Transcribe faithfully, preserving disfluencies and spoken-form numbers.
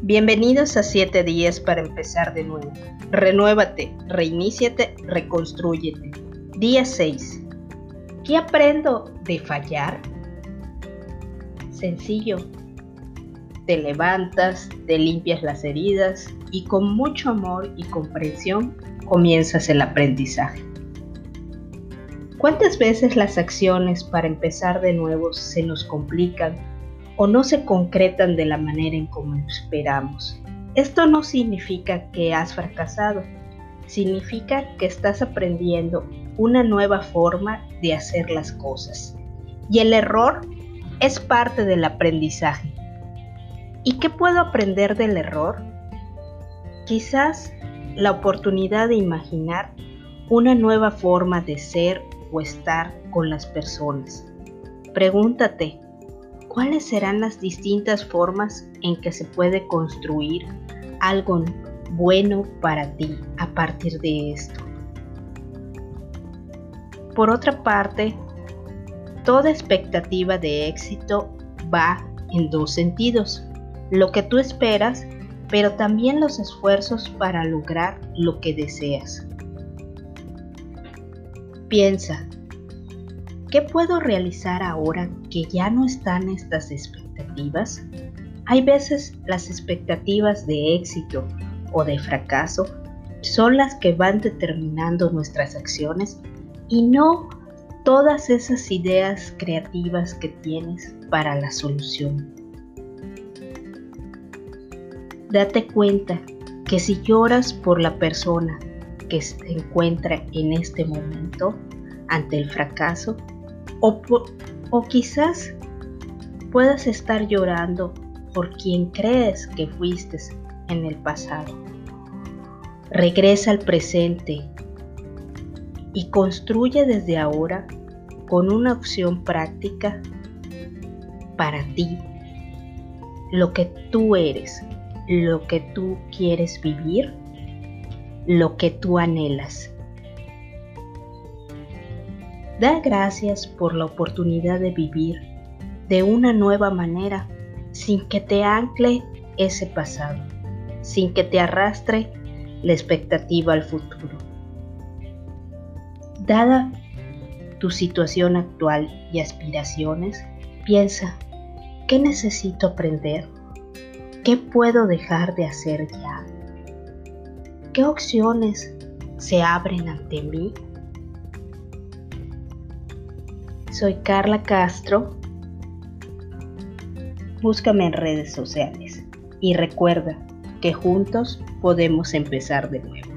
Bienvenidos a siete días para empezar de nuevo. Renuévate, reiníciate, reconstrúyete. Día seis. ¿Qué aprendo de fallar? Sencillo. Te levantas, te limpias las heridas y con mucho amor y comprensión comienzas el aprendizaje. ¿Cuántas veces las acciones para empezar de nuevo se nos complican o no se concretan de la manera en como esperamos? Esto no significa que has fracasado, significa que estás aprendiendo una nueva forma de hacer las cosas. Y el error es parte del aprendizaje. ¿Y qué puedo aprender del error? Quizás la oportunidad de imaginar una nueva forma de ser o estar con las personas. Pregúntate, ¿cuáles serán las distintas formas en que se puede construir algo bueno para ti a partir de esto? Por otra parte, toda expectativa de éxito va en dos sentidos: lo que tú esperas, pero también los esfuerzos para lograr lo que deseas. Piensa, ¿qué puedo realizar ahora que ya no están estas expectativas? Hay veces las expectativas de éxito o de fracaso son las que van determinando nuestras acciones y no todas esas ideas creativas que tienes para la solución. Date cuenta que si lloras por la persona que se encuentra en este momento ante el fracaso, o, o quizás puedas estar llorando por quien crees que fuiste en el pasado. Regresa al presente y construye desde ahora con una opción práctica para ti lo que tú eres, lo que tú quieres vivir, lo que tú anhelas. Da gracias por la oportunidad de vivir de una nueva manera, sin que te ancle ese pasado, sin que te arrastre la expectativa al futuro. Dada tu situación actual y aspiraciones, piensa, ¿qué necesito aprender? ¿Qué puedo dejar de hacer ya? ¿Qué opciones se abren ante mí? Soy Carla Castro. Búscame en redes sociales y recuerda que juntos podemos empezar de nuevo.